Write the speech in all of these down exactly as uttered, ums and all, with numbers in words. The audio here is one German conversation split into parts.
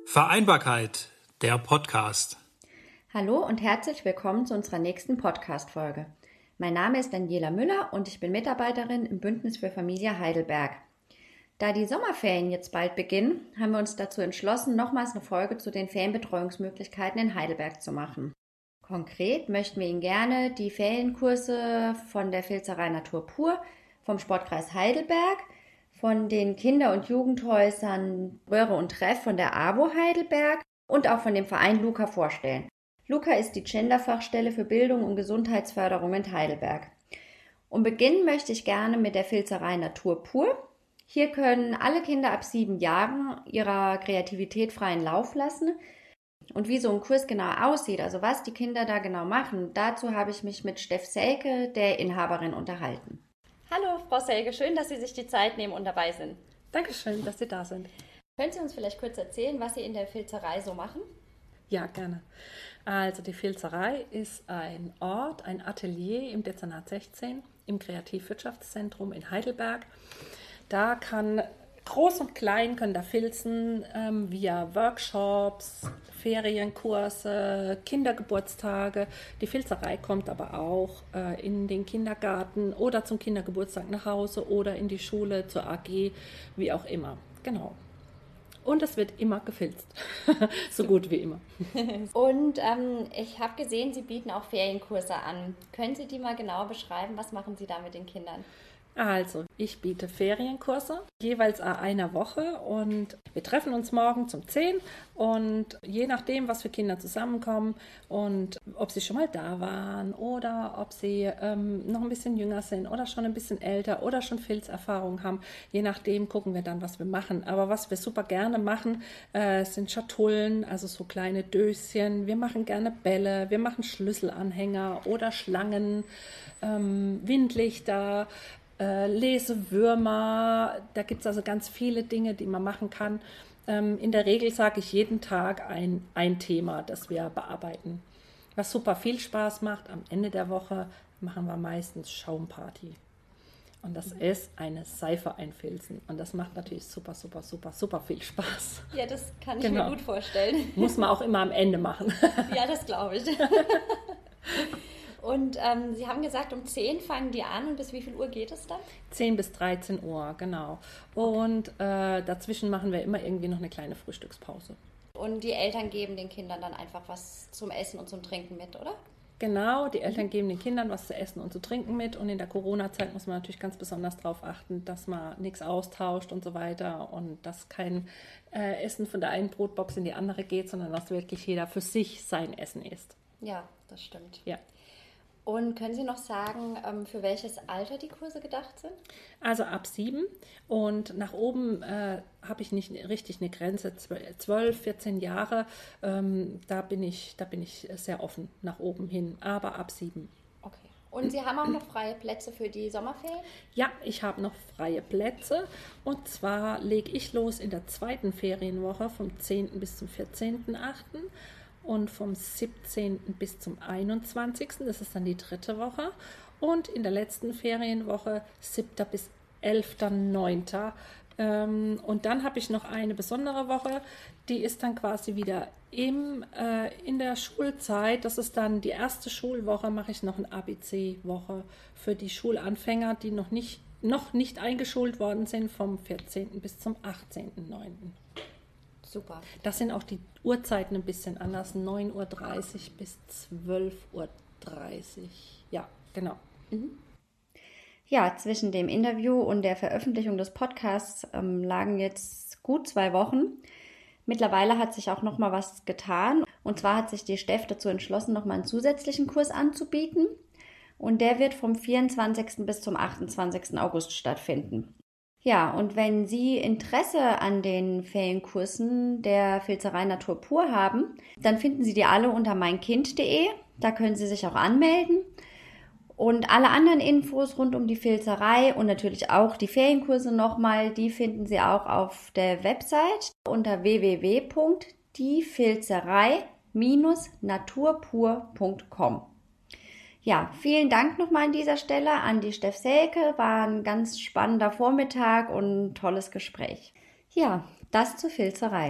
Vereinbarkeit, der Podcast. Hallo und herzlich willkommen zu unserer nächsten Podcast-Folge. Mein Name ist Daniela Müller und ich bin Mitarbeiterin im Bündnis für Familie Heidelberg. Da die Sommerferien jetzt bald beginnen, haben wir uns dazu entschlossen, nochmals eine Folge zu den Ferienbetreuungsmöglichkeiten in Heidelberg zu machen. Konkret möchten wir Ihnen gerne die Ferienkurse von der Filzerei Natur pur, vom Sportkreis Heidelberg, von den Kinder- und Jugendhäusern Röhre und Treff von der A W O Heidelberg und auch von dem Verein Luca vorstellen. Luca ist die Genderfachstelle für Bildung und Gesundheitsförderung in Heidelberg. Und beginnen möchte ich gerne mit der Filzerei Natur pur. Hier können alle Kinder ab sieben Jahren ihrer Kreativität freien Lauf lassen. Und wie so ein Kurs genau aussieht, also was die Kinder da genau machen, dazu habe ich mich mit Steff Selke, der Inhaberin, unterhalten. Hallo Frau Selke, schön, dass Sie sich die Zeit nehmen und dabei sind. Dankeschön, dass Sie da sind. Können Sie uns vielleicht kurz erzählen, was Sie in der Filzerei so machen? Ja, gerne. Also die Filzerei ist ein Ort, ein Atelier im Dezernat sechzehn im Kreativwirtschaftszentrum in Heidelberg. Da kann groß und klein können da filzen ähm, via Workshops, Ferienkurse, Kindergeburtstage. Die Filzerei kommt aber auch äh, in den Kindergarten oder zum Kindergeburtstag nach Hause oder in die Schule, zur A G, wie auch immer. Genau. Und es wird immer gefilzt, so gut wie immer. Und ähm, ich habe gesehen, Sie bieten auch Ferienkurse an. Können Sie die mal genau beschreiben? Was machen Sie da mit den Kindern? Also, ich biete Ferienkurse, jeweils einer Woche, und wir treffen uns morgen um zehn und je nachdem, was für Kinder zusammenkommen und ob sie schon mal da waren oder ob sie ähm, noch ein bisschen jünger sind oder schon ein bisschen älter oder schon Filzerfahrung haben, je nachdem gucken wir dann, was wir machen. Aber was wir super gerne machen, äh, sind Schatullen, also so kleine Döschen. Wir machen gerne Bälle, wir machen Schlüsselanhänger oder Schlangen, ähm, Windlichter, Äh, Lesewürmer, da gibt es also ganz viele Dinge, die man machen kann. Ähm, in der Regel sage ich jeden Tag ein, ein Thema, das wir bearbeiten. Was super viel Spaß macht, am Ende der Woche machen wir meistens Schaumparty. Und das mhm. ist eine Seife einfilzen. Und das macht natürlich super, super, super, super viel Spaß. Ja, das kann ich genau. mir gut vorstellen. Muss man auch immer am Ende machen. Ja, das glaube ich. Und ähm, Sie haben gesagt, um zehn fangen die an und bis wie viel Uhr geht es dann? zehn bis dreizehn Uhr, genau. Und äh, dazwischen machen wir immer irgendwie noch eine kleine Frühstückspause. Und die Eltern geben den Kindern dann einfach was zum Essen und zum Trinken mit, oder? Genau, die Eltern mhm. geben den Kindern was zu essen und zu trinken mit. Und in der Corona-Zeit muss man natürlich ganz besonders darauf achten, dass man nichts austauscht und so weiter. Und dass kein äh, Essen von der einen Brotbox in die andere geht, sondern dass wirklich jeder für sich sein Essen isst. Ja, das stimmt. Ja. Und können Sie noch sagen, für welches Alter die Kurse gedacht sind? Also ab sieben und nach oben äh, habe ich nicht richtig eine Grenze, zwölf, vierzehn Jahre, ähm, da bin ich, da bin ich sehr offen nach oben hin, aber ab sieben. Okay. Und Sie haben auch noch freie Plätze für die Sommerferien? Ja, ich habe noch freie Plätze und zwar lege ich los in der zweiten Ferienwoche vom zehnten bis zum vierzehnten achten und vom siebzehnten bis zum einundzwanzigsten Das ist dann die dritte Woche. Und in der letzten Ferienwoche siebten bis elften neunten Ähm, und dann habe ich noch eine besondere Woche, die ist dann quasi wieder im, äh, in der Schulzeit. Das ist dann die erste Schulwoche, mache ich noch eine A B C-Woche für die Schulanfänger, die noch nicht, noch nicht eingeschult worden sind, vom vierzehnten bis zum achtzehnten neunten Super. Das sind auch die Uhrzeiten ein bisschen anders, neun Uhr dreißig bis zwölf Uhr dreißig. Ja, genau. Mhm. Ja, zwischen dem Interview und der Veröffentlichung des Podcasts ähm, lagen jetzt gut zwei Wochen. Mittlerweile hat sich auch noch mal was getan. Und zwar hat sich die Steff dazu entschlossen, noch mal einen zusätzlichen Kurs anzubieten. Und der wird vom vierundzwanzigsten bis zum achtundzwanzigsten August stattfinden. Ja, und wenn Sie Interesse an den Ferienkursen der Filzerei Natur pur haben, dann finden Sie die alle unter meinkind punkt de. Da können Sie sich auch anmelden. Und alle anderen Infos rund um die Filzerei und natürlich auch die Ferienkurse nochmal, die finden Sie auch auf der Website unter w w w punkt die filzerei Bindestrich naturpur punkt com. Ja, vielen Dank nochmal an dieser Stelle an die Steff Selke. War ein ganz spannender Vormittag und ein tolles Gespräch. Ja, das zur Filzerei.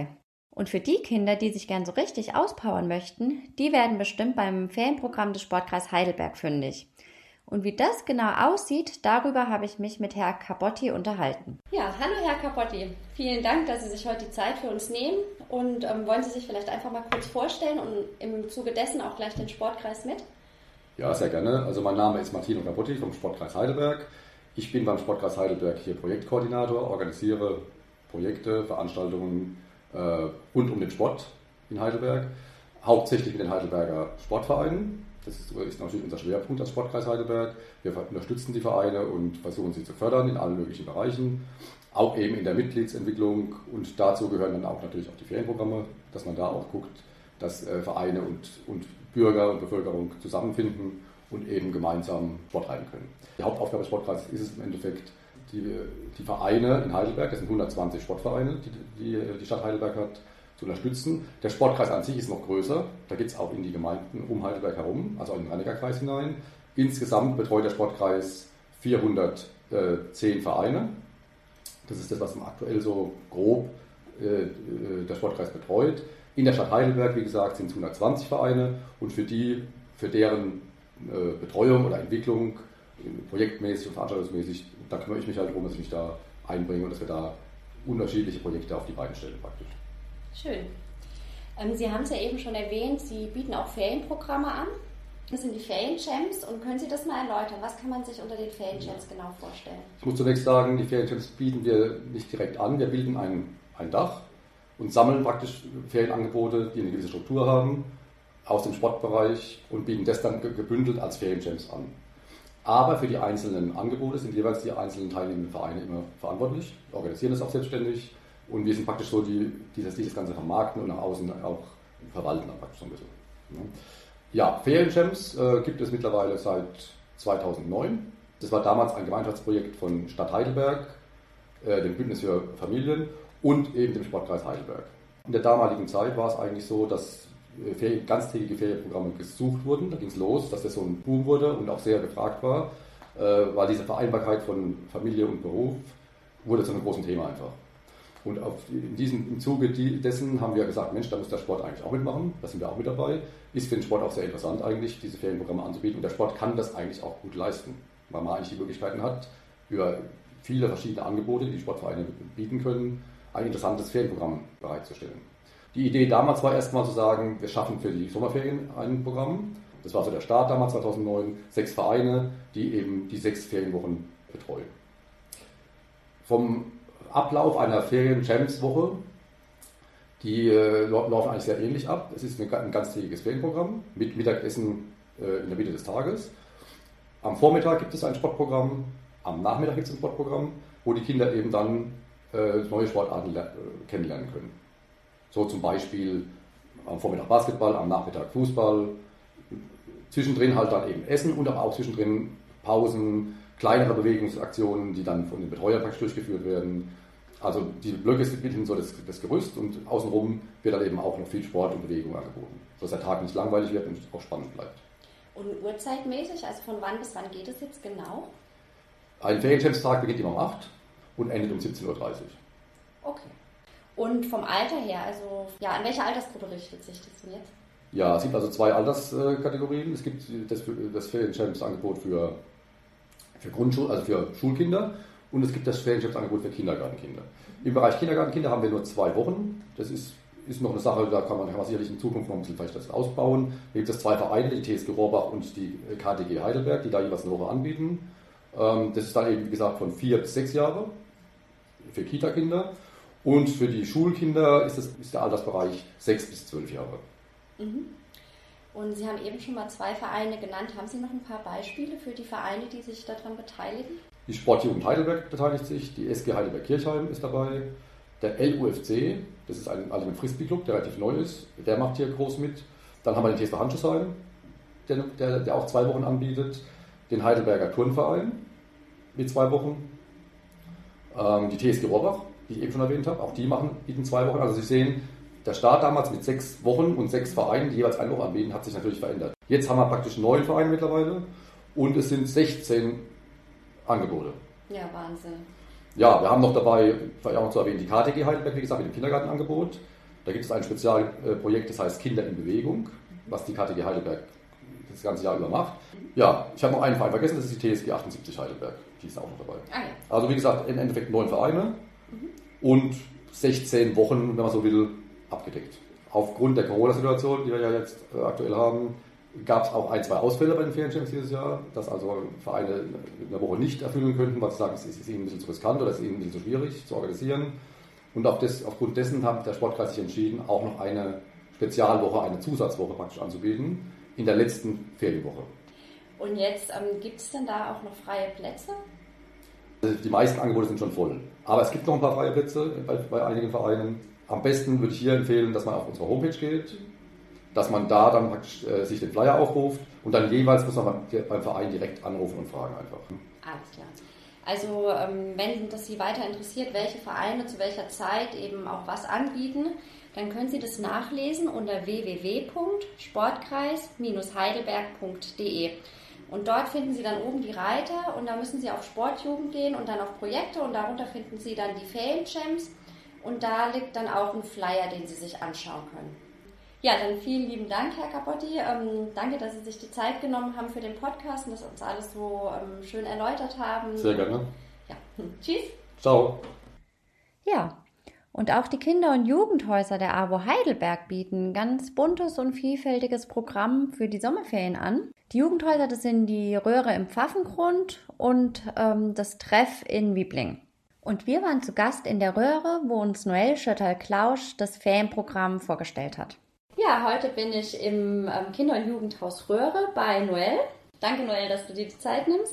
Und für die Kinder, die sich gern so richtig auspowern möchten, die werden bestimmt beim Ferienprogramm des Sportkreis Heidelberg fündig. Und wie das genau aussieht, darüber habe ich mich mit Herrn Capotti unterhalten. Ja, hallo Herr Capotti. Vielen Dank, dass Sie sich heute die Zeit für uns nehmen. Und ähm, wollen Sie sich vielleicht einfach mal kurz vorstellen und im Zuge dessen auch gleich den Sportkreis mit? Ja, sehr gerne. Also mein Name ist Martino Capotti vom Sportkreis Heidelberg. Ich bin beim Sportkreis Heidelberg hier Projektkoordinator, organisiere Projekte, Veranstaltungen äh, rund um den Sport in Heidelberg, hauptsächlich mit den Heidelberger Sportvereinen. Das ist, ist natürlich unser Schwerpunkt als Sportkreis Heidelberg. Wir unterstützen die Vereine und versuchen sie zu fördern in allen möglichen Bereichen, auch eben in der Mitgliedsentwicklung, und dazu gehören dann auch natürlich auch die Ferienprogramme, dass man da auch guckt, dass äh, Vereine und, und Bürger und Bevölkerung zusammenfinden und eben gemeinsam Sport treiben können. Die Hauptaufgabe des Sportkreises ist es im Endeffekt, die, die Vereine in Heidelberg, das sind hundertzwanzig Sportvereine, die die, die Stadt Heidelberg hat, zu unterstützen. Der Sportkreis an sich ist noch größer, da geht es auch in die Gemeinden um Heidelberg herum, also in den Rhein-Neckar-Kreis hinein. Insgesamt betreut der Sportkreis vierhundertzehn Vereine. Das ist das, was aktuell so grob äh, der Sportkreis betreut. In der Stadt Heidelberg, wie gesagt, sind es hundertzwanzig Vereine, und für die, für deren äh, Betreuung oder Entwicklung, projektmäßig und veranstaltungsmäßig, da kümmere ich mich halt darum, dass ich mich da einbringe und dass wir da unterschiedliche Projekte auf die Beine stellen praktisch. Schön. Ähm, Sie haben es ja eben schon erwähnt, Sie bieten auch Ferienprogramme an. Das sind die Ferienchamps, und können Sie das mal erläutern? Was kann man sich unter den Ferienchamps genau vorstellen? Ich muss zunächst sagen, die Ferienchamps bieten wir nicht direkt an. Wir bilden ein, ein Dach und sammeln praktisch Ferienangebote, die eine gewisse Struktur haben, aus dem Sportbereich, und bieten das dann gebündelt als Ferienchamps an. Aber für die einzelnen Angebote sind jeweils die einzelnen teilnehmenden Vereine immer verantwortlich, organisieren das auch selbstständig, und wir sind praktisch so, die, die, das, die das Ganze vermarkten und nach außen auch verwalten dann praktisch so ein bisschen. Ja, Ferienchamps äh, gibt es mittlerweile seit zweitausendneun. Das war damals ein Gemeinschaftsprojekt von Stadt Heidelberg, äh, dem Bündnis für Familien und eben dem Sportkreis Heidelberg. In der damaligen Zeit war es eigentlich so, dass äh, Ferien, ganztägige Ferienprogramme gesucht wurden. Da ging es los, dass das so ein Boom wurde und auch sehr gefragt war, äh, weil diese Vereinbarkeit von Familie und Beruf wurde zu einem großen Thema einfach. Und auf, in diesem, im Zuge dessen haben wir gesagt, Mensch, da muss der Sport eigentlich auch mitmachen, da sind wir auch mit dabei. Ist für den Sport auch sehr interessant eigentlich, diese Ferienprogramme anzubieten, und der Sport kann das eigentlich auch gut leisten, weil man eigentlich die Möglichkeiten hat, über viele verschiedene Angebote, die die Sportvereine bieten können, ein interessantes Ferienprogramm bereitzustellen. Die Idee damals war erstmal zu sagen, wir schaffen für die Sommerferien ein Programm. Das war so der Start damals zweitausendneun, sechs Vereine, die eben die sechs Ferienwochen betreuen. Vom Ablauf einer Ferien-Champs-Woche, die äh, laufen eigentlich sehr ähnlich ab. Es ist ein, ein ganztägiges Ferienprogramm mit Mittagessen äh, in der Mitte des Tages. Am Vormittag gibt es ein Sportprogramm, am Nachmittag gibt es ein Sportprogramm, wo die Kinder eben dann äh, neue Sportarten äh, kennenlernen können. So zum Beispiel am Vormittag Basketball, am Nachmittag Fußball, zwischendrin halt dann eben Essen und aber auch zwischendrin Pausen, kleinere Bewegungsaktionen, die dann von den Betreuern praktisch durchgeführt werden. Also die Blöcke bilden so das, das Gerüst, und außenrum wird dann eben auch noch viel Sport und Bewegung angeboten, sodass der Tag nicht langweilig wird und auch spannend bleibt. Und uhrzeitmäßig, also von wann bis wann geht es jetzt genau? Ein Ferienchamps-Tag beginnt immer um acht und endet um siebzehn Uhr dreißig. Okay. Und vom Alter her, also ja, an welche Altersgruppe richtet sich das denn jetzt? Ja, es gibt also zwei Alterskategorien. Es gibt das, das Ferienchamps-Angebot für, für Grundschul-, also für Schulkinder, und es gibt das Ferienchamps-Angebot für Kindergartenkinder. Im Bereich Kindergartenkinder haben wir nur zwei Wochen. Das ist, ist noch eine Sache, da kann man, kann man sicherlich in Zukunft noch ein bisschen vielleicht das ausbauen. Da gibt es zwei Vereine, die T S G Rohrbach und die K T G Heidelberg, die da jeweils eine Woche anbieten. Das ist dann eben, wie gesagt, von vier bis sechs Jahre für Kita-Kinder. Und für die Schulkinder ist, das, ist der Altersbereich sechs bis zwölf Jahre. Mhm. Und Sie haben eben schon mal zwei Vereine genannt. Haben Sie noch ein paar Beispiele für die Vereine, die sich daran beteiligen? Die Sportjugend Heidelberg beteiligt sich, die S G Heidelberg-Kirchheim ist dabei, der L U F C, das ist ein Ultimate Frisbee Club, der relativ neu ist, der macht hier groß mit. Dann haben wir den T S V Handschuhsheim, der, der, der auch zwei Wochen anbietet, den Heidelberger Turnverein mit zwei Wochen, ähm, die T S G Rohrbach, die ich eben schon erwähnt habe, auch die machen, bieten zwei Wochen. Also Sie sehen, der Start damals mit sechs Wochen und sechs Vereinen, die jeweils eine Woche anbieten, hat sich natürlich verändert. Jetzt haben wir praktisch neun Vereine mittlerweile und es sind sechzehn Angebote. Ja, Wahnsinn. Ja, wir haben noch dabei, vielleicht auch noch zu erwähnen, die K T G Heidelberg, wie gesagt, mit dem Kindergartenangebot. Da gibt es ein Spezialprojekt, das heißt Kinder in Bewegung, was die K T G Heidelberg das ganze Jahr über macht. Ja, ich habe noch einen Verein vergessen, das ist die T S G achtundsiebzig Heidelberg. Die ist auch noch dabei. Ah, ja. Also wie gesagt, im Endeffekt neun Vereine mhm. und sechzehn Wochen, wenn man so will, abgedeckt. Aufgrund der Corona-Situation, die wir ja jetzt äh, aktuell haben, gab es auch ein, zwei Ausfälle bei den Ferienchamps dieses Jahr, dass also Vereine in der Woche nicht erfüllen könnten, weil sie sagen, es ist ihnen ein bisschen zu riskant oder es ist ihnen ein bisschen zu schwierig zu organisieren. Und auf das, aufgrund dessen hat der Sportkreis sich entschieden, auch noch eine Spezialwoche, eine Zusatzwoche praktisch anzubieten, in der letzten Ferienwoche. Und jetzt ähm, gibt es denn da auch noch freie Plätze? Die meisten Angebote sind schon voll. Aber es gibt noch ein paar freie Plätze bei, bei einigen Vereinen. Am besten würde ich hier empfehlen, dass man auf unsere Homepage geht, dass man da dann praktisch äh, sich den Flyer aufruft und dann jeweils muss man beim Verein direkt anrufen und fragen einfach. Alles klar. Also ähm, wenn das Sie weiter interessiert, welche Vereine zu welcher Zeit eben auch was anbieten, dann können Sie das nachlesen unter w w w punkt sportkreis Bindestrich heidelberg punkt d e. Und dort finden Sie dann oben die Reiter und da müssen Sie auf Sportjugend gehen und dann auf Projekte und darunter finden Sie dann die Ferienchamps und da liegt dann auch ein Flyer, den Sie sich anschauen können. Ja, dann vielen lieben Dank, Herr Capotti. Ähm, danke, dass Sie sich die Zeit genommen haben für den Podcast und dass Sie uns alles so ähm, schön erläutert haben. Sehr gerne. Ja. Tschüss. Ciao. Ja, und auch die Kinder- und Jugendhäuser der A W O Heidelberg bieten ein ganz buntes und vielfältiges Programm für die Sommerferien an. Die Jugendhäuser, das sind die Röhre im Pfaffengrund und ähm, das Treff in Wiebling. Und wir waren zu Gast in der Röhre, wo uns Noelle Schötterl-Klausch das Ferienprogramm vorgestellt hat. Ja, heute bin ich im ähm, Kinder- und Jugendhaus Röhre bei Noelle. Danke, Noelle, dass du dir die Zeit nimmst.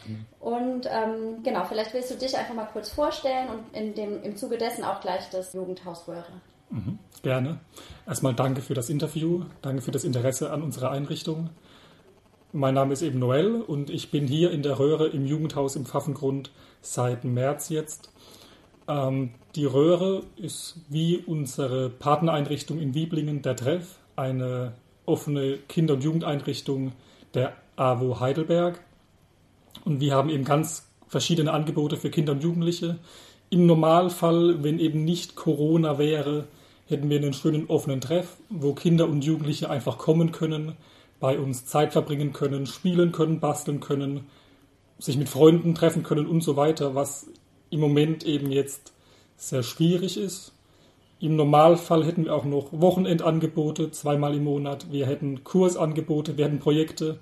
Und ähm, genau, vielleicht willst du dich einfach mal kurz vorstellen und in dem, im Zuge dessen auch gleich das Jugendhaus Röhre. Mhm, gerne. Erstmal danke für das Interview, danke für das Interesse an unserer Einrichtung. Mein Name ist eben Noelle und ich bin hier in der Röhre im Jugendhaus im Pfaffengrund seit März jetzt. Ähm, die Röhre ist wie unsere Partnereinrichtung in Wiblingen, der Treff, eine offene Kinder- und Jugendeinrichtung der A W O Heidelberg. Und wir haben eben ganz verschiedene Angebote für Kinder und Jugendliche. Im Normalfall, wenn eben nicht Corona wäre, hätten wir einen schönen offenen Treff, wo Kinder und Jugendliche einfach kommen können, bei uns Zeit verbringen können, spielen können, basteln können, sich mit Freunden treffen können und so weiter, was im Moment eben jetzt sehr schwierig ist. Im Normalfall hätten wir auch noch Wochenendangebote, zweimal im Monat. Wir hätten Kursangebote, wir hätten Projekte.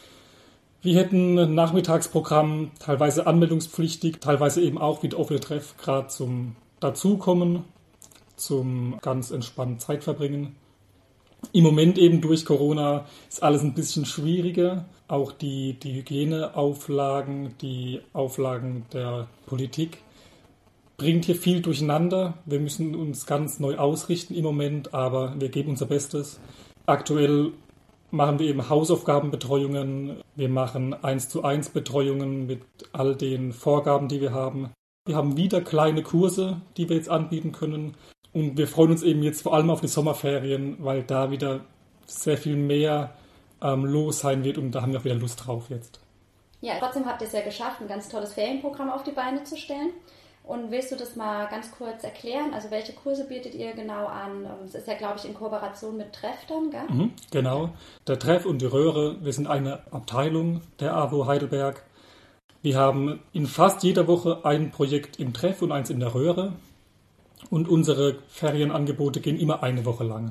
Wir hätten ein Nachmittagsprogramm, teilweise anmeldungspflichtig, teilweise eben auch wie der offene Treff, gerade zum Dazukommen, zum ganz entspannten Zeitverbringen. Im Moment eben durch Corona ist alles ein bisschen schwieriger. Auch die, die Hygieneauflagen, die Auflagen der Politik bringt hier viel durcheinander. Wir müssen uns ganz neu ausrichten im Moment, aber wir geben unser Bestes. Aktuell machen wir eben Hausaufgabenbetreuungen, wir machen eins zu eins Betreuungen mit all den Vorgaben, die wir haben. Wir haben wieder kleine Kurse, die wir jetzt anbieten können. Und wir freuen uns eben jetzt vor allem auf die Sommerferien, weil da wieder sehr viel mehr ähm, los sein wird und da haben wir auch wieder Lust drauf jetzt. Ja, trotzdem habt ihr es ja geschafft, ein ganz tolles Ferienprogramm auf die Beine zu stellen. Und willst du das mal ganz kurz erklären? Also welche Kurse bietet ihr genau an? Es ist ja, glaube ich, in Kooperation mit Treff dann, gell? Mhm, genau. Der Treff und die Röhre, wir sind eine Abteilung der A W O Heidelberg. Wir haben in fast jeder Woche ein Projekt im Treff und eins in der Röhre. Und unsere Ferienangebote gehen immer eine Woche lang.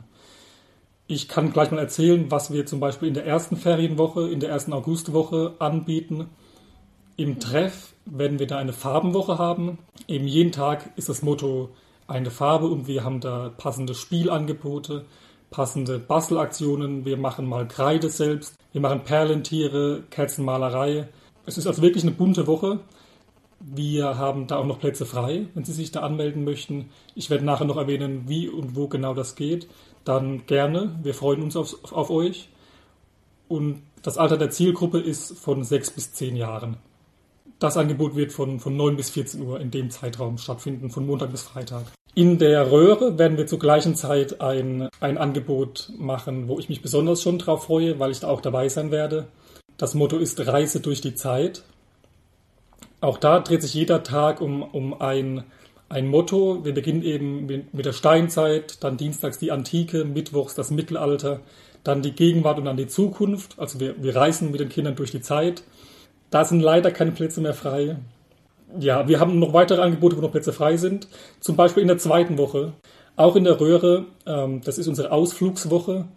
Ich kann gleich mal erzählen, was wir zum Beispiel in der ersten Ferienwoche, in der ersten Augustwoche anbieten. Im Treff werden wir da eine Farbenwoche haben. Eben jeden Tag ist das Motto eine Farbe und wir haben da passende Spielangebote, passende Bastelaktionen. Wir machen mal Kreide selbst, wir machen Perlentiere, Kerzenmalerei. Es ist also wirklich eine bunte Woche. Wir haben da auch noch Plätze frei, wenn Sie sich da anmelden möchten. Ich werde nachher noch erwähnen, wie und wo genau das geht. Dann gerne, wir freuen uns auf, auf euch. Und das Alter der Zielgruppe ist von sechs bis zehn Jahren. Das Angebot wird von, von neun bis vierzehn Uhr in dem Zeitraum stattfinden, von Montag bis Freitag. In der Röhre werden wir zur gleichen Zeit ein, ein Angebot machen, wo ich mich besonders schon drauf freue, weil ich da auch dabei sein werde. Das Motto ist Reise durch die Zeit. Auch da dreht sich jeder Tag um, um ein ein Motto. Wir beginnen eben mit der Steinzeit, dann dienstags die Antike, mittwochs das Mittelalter, dann die Gegenwart und dann die Zukunft. Also wir, wir reisen mit den Kindern durch die Zeit. Da sind leider keine Plätze mehr frei. Ja, wir haben noch weitere Angebote, wo noch Plätze frei sind. Zum Beispiel in der zweiten Woche. Auch in der Röhre, ähm, das ist unsere Ausflugswoche.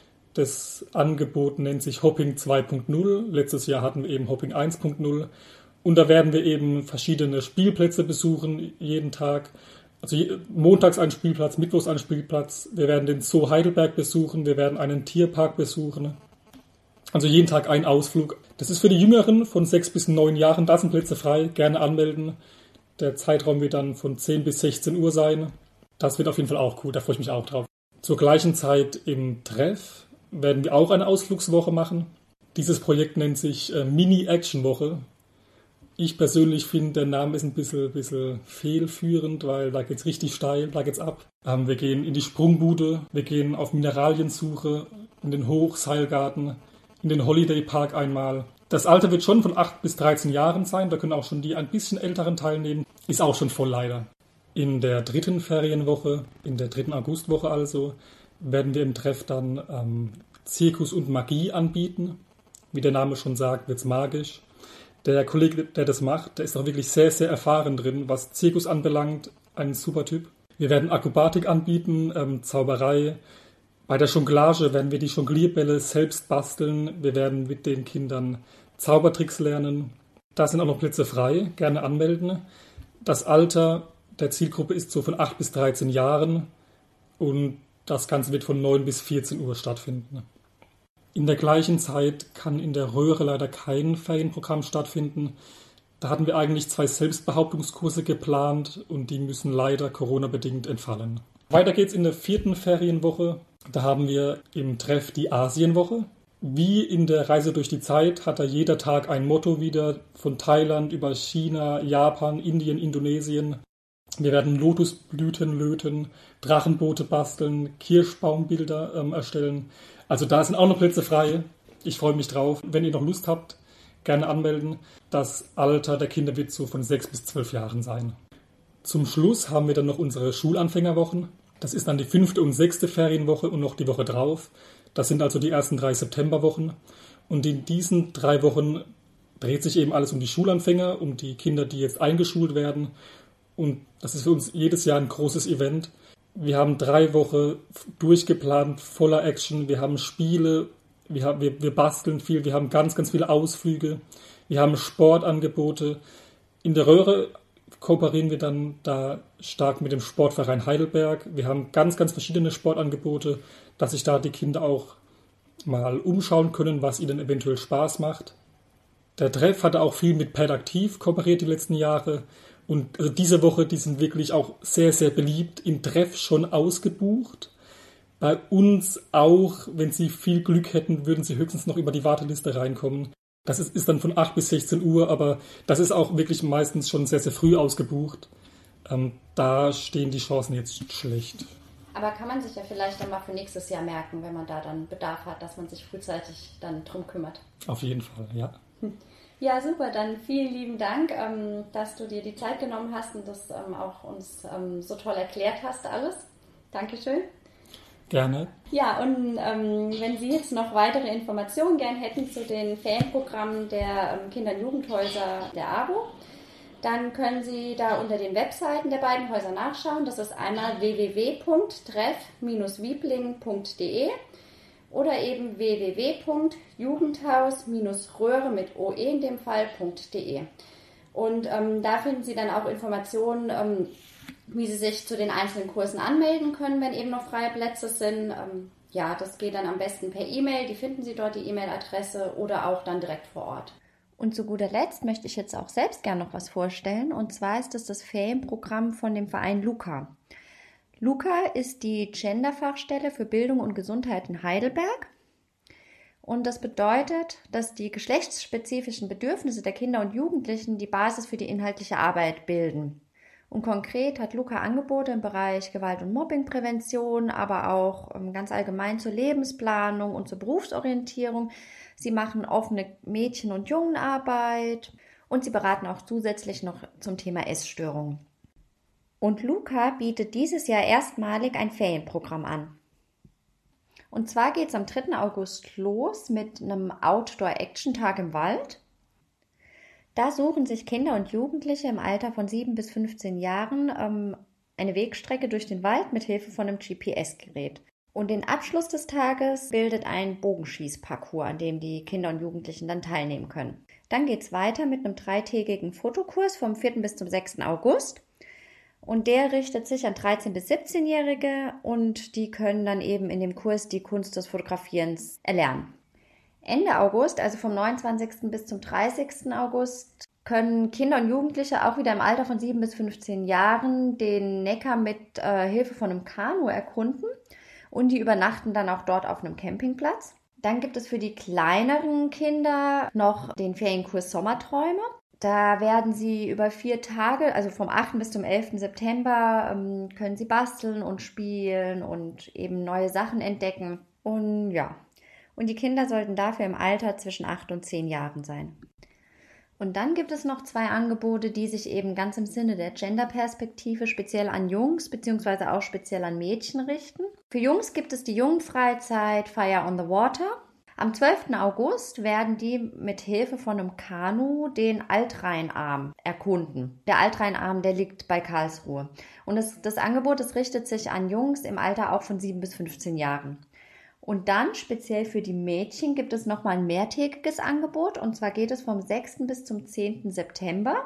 Das Angebot nennt sich Hopping zwei Punkt null. Letztes Jahr hatten wir eben Hopping eins Punkt null. Und da werden wir eben verschiedene Spielplätze besuchen, jeden Tag. Also montags einen Spielplatz, mittwochs einen Spielplatz. Wir werden den Zoo Heidelberg besuchen, wir werden einen Tierpark besuchen. Also jeden Tag ein Ausflug. Das ist für die Jüngeren von sechs bis neun Jahren, da sind Plätze frei, gerne anmelden. Der Zeitraum wird dann von zehn bis sechzehn Uhr sein. Das wird auf jeden Fall auch cool, da freue ich mich auch drauf. Zur gleichen Zeit im Treff werden wir auch eine Ausflugswoche machen. Dieses Projekt nennt sich äh, Mini-Action-Woche. Ich persönlich finde, der Name ist ein bisschen, bisschen fehlführend, weil da geht's richtig steil, da geht's ab. Ähm, wir gehen in die Sprungbude, wir gehen auf Mineraliensuche, in den Hochseilgarten, in den Holiday Park einmal. Das Alter wird schon von acht bis dreizehn Jahren sein, da können auch schon die ein bisschen Älteren teilnehmen. Ist auch schon voll leider. In der dritten Ferienwoche, in der dritten Augustwoche also, werden wir im Treff dann ähm, Zirkus und Magie anbieten. Wie der Name schon sagt, wird's magisch. Der Kollege, der das macht, der ist auch wirklich sehr, sehr erfahren drin, was Zirkus anbelangt. Ein super Typ. Wir werden Akrobatik anbieten, ähm, Zauberei. Bei der Jonglage werden wir die Jonglierbälle selbst basteln. Wir werden mit den Kindern Zaubertricks lernen. Da sind auch noch Plätze frei, gerne anmelden. Das Alter der Zielgruppe ist so von acht bis dreizehn Jahren und das Ganze wird von neun bis vierzehn Uhr stattfinden. In der gleichen Zeit kann in der Röhre leider kein Ferienprogramm stattfinden. Da hatten wir eigentlich zwei Selbstbehauptungskurse geplant und die müssen leider Corona-bedingt entfallen. Weiter geht's in der vierten Ferienwoche. Da haben wir im Treff die Asienwoche. Wie in der Reise durch die Zeit hat da jeder Tag ein Motto wieder, von Thailand über China, Japan, Indien, Indonesien. Wir werden Lotusblüten löten, Drachenboote basteln, Kirschbaumbilder ähm, erstellen. Also da sind auch noch Plätze frei. Ich freue mich drauf. Wenn ihr noch Lust habt, gerne anmelden. Das Alter der Kinder wird so von sechs bis zwölf Jahren sein. Zum Schluss haben wir dann noch unsere Schulanfängerwochen. Das ist dann die fünfte und sechste Ferienwoche und noch die Woche drauf. Das sind also die ersten drei Septemberwochen. Und in diesen drei Wochen dreht sich eben alles um die Schulanfänger, um die Kinder, die jetzt eingeschult werden. Und das ist für uns jedes Jahr ein großes Event. Wir haben drei Wochen durchgeplant, voller Action. Wir haben Spiele, wir, haben, wir, wir basteln viel, wir haben ganz, ganz viele Ausflüge. Wir haben Sportangebote. In der Röhre kooperieren wir dann da stark mit dem Sportverein Heidelberg. Wir haben ganz, ganz verschiedene Sportangebote, dass sich da die Kinder auch mal umschauen können, was ihnen eventuell Spaß macht. Der Treff hatte auch viel mit Pädaktiv kooperiert die letzten Jahre. Und also diese Woche, die sind wirklich auch sehr, sehr beliebt. Im Treff schon ausgebucht. Bei uns auch, wenn sie viel Glück hätten, würden sie höchstens noch über die Warteliste reinkommen. Das ist, ist dann von acht bis sechzehn Uhr, aber das ist auch wirklich meistens schon sehr, sehr früh ausgebucht. Ähm, da stehen die Chancen jetzt schlecht. Aber kann man sich ja vielleicht dann mal für nächstes Jahr merken, wenn man da dann Bedarf hat, dass man sich frühzeitig dann drum kümmert. Auf jeden Fall, ja. Ja, super. Dann vielen lieben Dank, dass du dir die Zeit genommen hast und das auch uns so toll erklärt hast alles. Dankeschön. Gerne. Ja, und ähm, wenn Sie jetzt noch weitere Informationen gern hätten zu den Ferienprogrammen der ähm, Kinder- und Jugendhäuser der A B O, dann können Sie da unter den Webseiten der beiden Häuser nachschauen. Das ist einmal w w w punkt treff Bindestrich wiebling punkt d e oder eben w w w punkt jugendhaus Röhre mit O E in dem Fall .de. Und ähm, da finden Sie dann auch Informationen, ähm, wie Sie sich zu den einzelnen Kursen anmelden können, wenn eben noch freie Plätze sind. Ähm, ja, das geht dann am besten per E-Mail. Die finden Sie dort, die E-Mail-Adresse, oder auch dann direkt vor Ort. Und zu guter Letzt möchte ich jetzt auch selbst gerne noch was vorstellen. Und zwar ist es das Ferienprogramm von dem Verein Luca. Luca ist die Genderfachstelle für Bildung und Gesundheit in Heidelberg. Und das bedeutet, dass die geschlechtsspezifischen Bedürfnisse der Kinder und Jugendlichen die Basis für die inhaltliche Arbeit bilden. Und konkret hat Luca Angebote im Bereich Gewalt- und Mobbingprävention, aber auch ganz allgemein zur Lebensplanung und zur Berufsorientierung. Sie machen offene Mädchen- und Jungenarbeit und sie beraten auch zusätzlich noch zum Thema Essstörungen. Und Luca bietet dieses Jahr erstmalig ein Ferienprogramm an. Und zwar geht es am dritten August los mit einem Outdoor-Action-Tag im Wald. Da suchen sich Kinder und Jugendliche im Alter von sieben bis fünfzehn Jahren ähm, eine Wegstrecke durch den Wald mit Hilfe von einem G P S-Gerät. Und den Abschluss des Tages bildet ein Bogenschießparcours, an dem die Kinder und Jugendlichen dann teilnehmen können. Dann geht es weiter mit einem dreitägigen Fotokurs vom vierten bis zum sechsten August. Und der richtet sich an dreizehn- bis siebzehnjährige und die können dann eben in dem Kurs die Kunst des Fotografierens erlernen. Ende August, also vom neunundzwanzigsten bis zum dreißigsten August, können Kinder und Jugendliche auch wieder im Alter von sieben bis fünfzehn Jahren den Neckar mit äh, Hilfe von einem Kanu erkunden und die übernachten dann auch dort auf einem Campingplatz. Dann gibt es für die kleineren Kinder noch den Ferienkurs Sommerträume. Da werden sie über vier Tage, also vom achten bis zum elften September, ähm, können sie basteln und spielen und eben neue Sachen entdecken. Und ja, und die Kinder sollten dafür im Alter zwischen acht und zehn Jahren sein. Und dann gibt es noch zwei Angebote, die sich eben ganz im Sinne der Genderperspektive speziell an Jungs bzw. auch speziell an Mädchen richten. Für Jungs gibt es die Jungenfreizeit Fire on the Water. Am zwölften August werden die mit Hilfe von einem Kanu den Altrheinarm erkunden. Der Altrheinarm, der liegt bei Karlsruhe. Und das, das Angebot, das richtet sich an Jungs im Alter auch von sieben bis fünfzehn Jahren. Und dann speziell für die Mädchen gibt es nochmal ein mehrtägiges Angebot. Und zwar geht es vom sechsten bis zum zehnten September.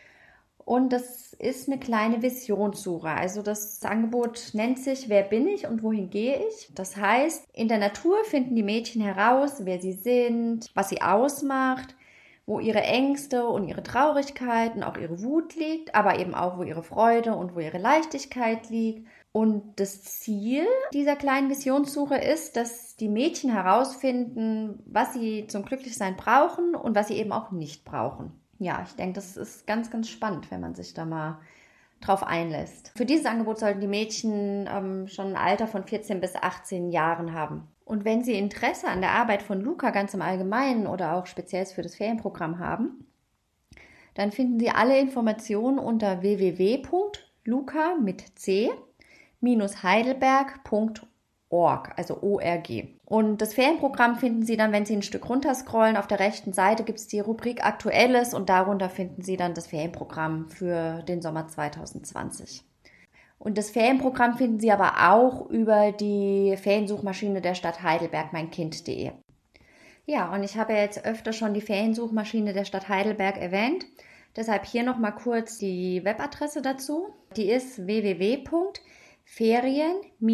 Und das ist eine kleine Visionssuche. Also das Angebot nennt sich Wer bin ich und wohin gehe ich? Das heißt, in der Natur finden die Mädchen heraus, wer sie sind, was sie ausmacht, wo ihre Ängste und ihre Traurigkeit und auch ihre Wut liegt, aber eben auch, wo ihre Freude und wo ihre Leichtigkeit liegt. Und das Ziel dieser kleinen Visionssuche ist, dass die Mädchen herausfinden, was sie zum Glücklichsein brauchen und was sie eben auch nicht brauchen. Ja, ich denke, das ist ganz, ganz spannend, wenn man sich da mal drauf einlässt. Für dieses Angebot sollten die Mädchen ähm, schon ein Alter von vierzehn bis achtzehn Jahren haben. Und wenn sie Interesse an der Arbeit von Luca ganz im Allgemeinen oder auch speziell für das Ferienprogramm haben, dann finden Sie alle Informationen unter w w w punkt luca mit c heidelberg punkt org, also O R G. Und das Ferienprogramm finden Sie dann, wenn Sie ein Stück runterscrollen, auf der rechten Seite gibt es die Rubrik Aktuelles und darunter finden Sie dann das Ferienprogramm für den Sommer zwanzig zwanzig. Und das Ferienprogramm finden Sie aber auch über die Feriensuchmaschine der Stadt Heidelberg, mein Kind punkt de. Ja, und ich habe jetzt öfter schon die Feriensuchmaschine der Stadt Heidelberg erwähnt. Deshalb hier nochmal kurz die Webadresse dazu. Die ist w w w punkt ferien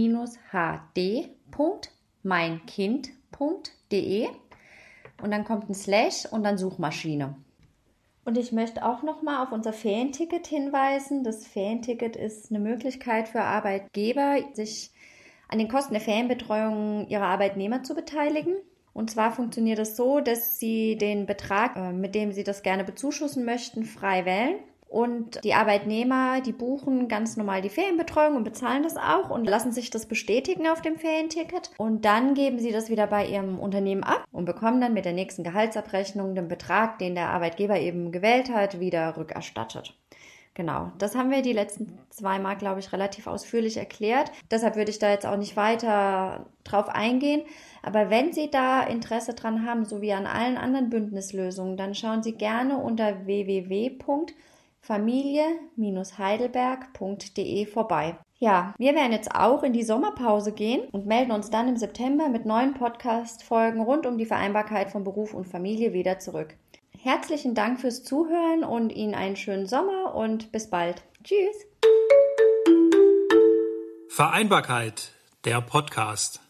h d punkt mein kind punkt de und dann kommt ein Slash und dann Suchmaschine. Und ich möchte auch nochmal auf unser Ferienticket hinweisen. Das Ferienticket ist eine Möglichkeit für Arbeitgeber, sich an den Kosten der Ferienbetreuung ihrer Arbeitnehmer zu beteiligen. Und zwar funktioniert es so, dass sie den Betrag, mit dem sie das gerne bezuschussen möchten, frei wählen. Und die Arbeitnehmer, die buchen ganz normal die Ferienbetreuung und bezahlen das auch und lassen sich das bestätigen auf dem Ferienticket. Und dann geben sie das wieder bei ihrem Unternehmen ab und bekommen dann mit der nächsten Gehaltsabrechnung den Betrag, den der Arbeitgeber eben gewählt hat, wieder rückerstattet. Genau, das haben wir die letzten zwei Mal, glaube ich, relativ ausführlich erklärt. Deshalb würde ich da jetzt auch nicht weiter drauf eingehen. Aber wenn Sie da Interesse dran haben, so wie an allen anderen Bündnislösungen, dann schauen Sie gerne unter w w w punkt familie heidelberg punkt de vorbei. Ja, wir werden jetzt auch in die Sommerpause gehen und melden uns dann im September mit neuen Podcast-Folgen rund um die Vereinbarkeit von Beruf und Familie wieder zurück. Herzlichen Dank fürs Zuhören und Ihnen einen schönen Sommer und bis bald. Tschüss! Vereinbarkeit, der Podcast.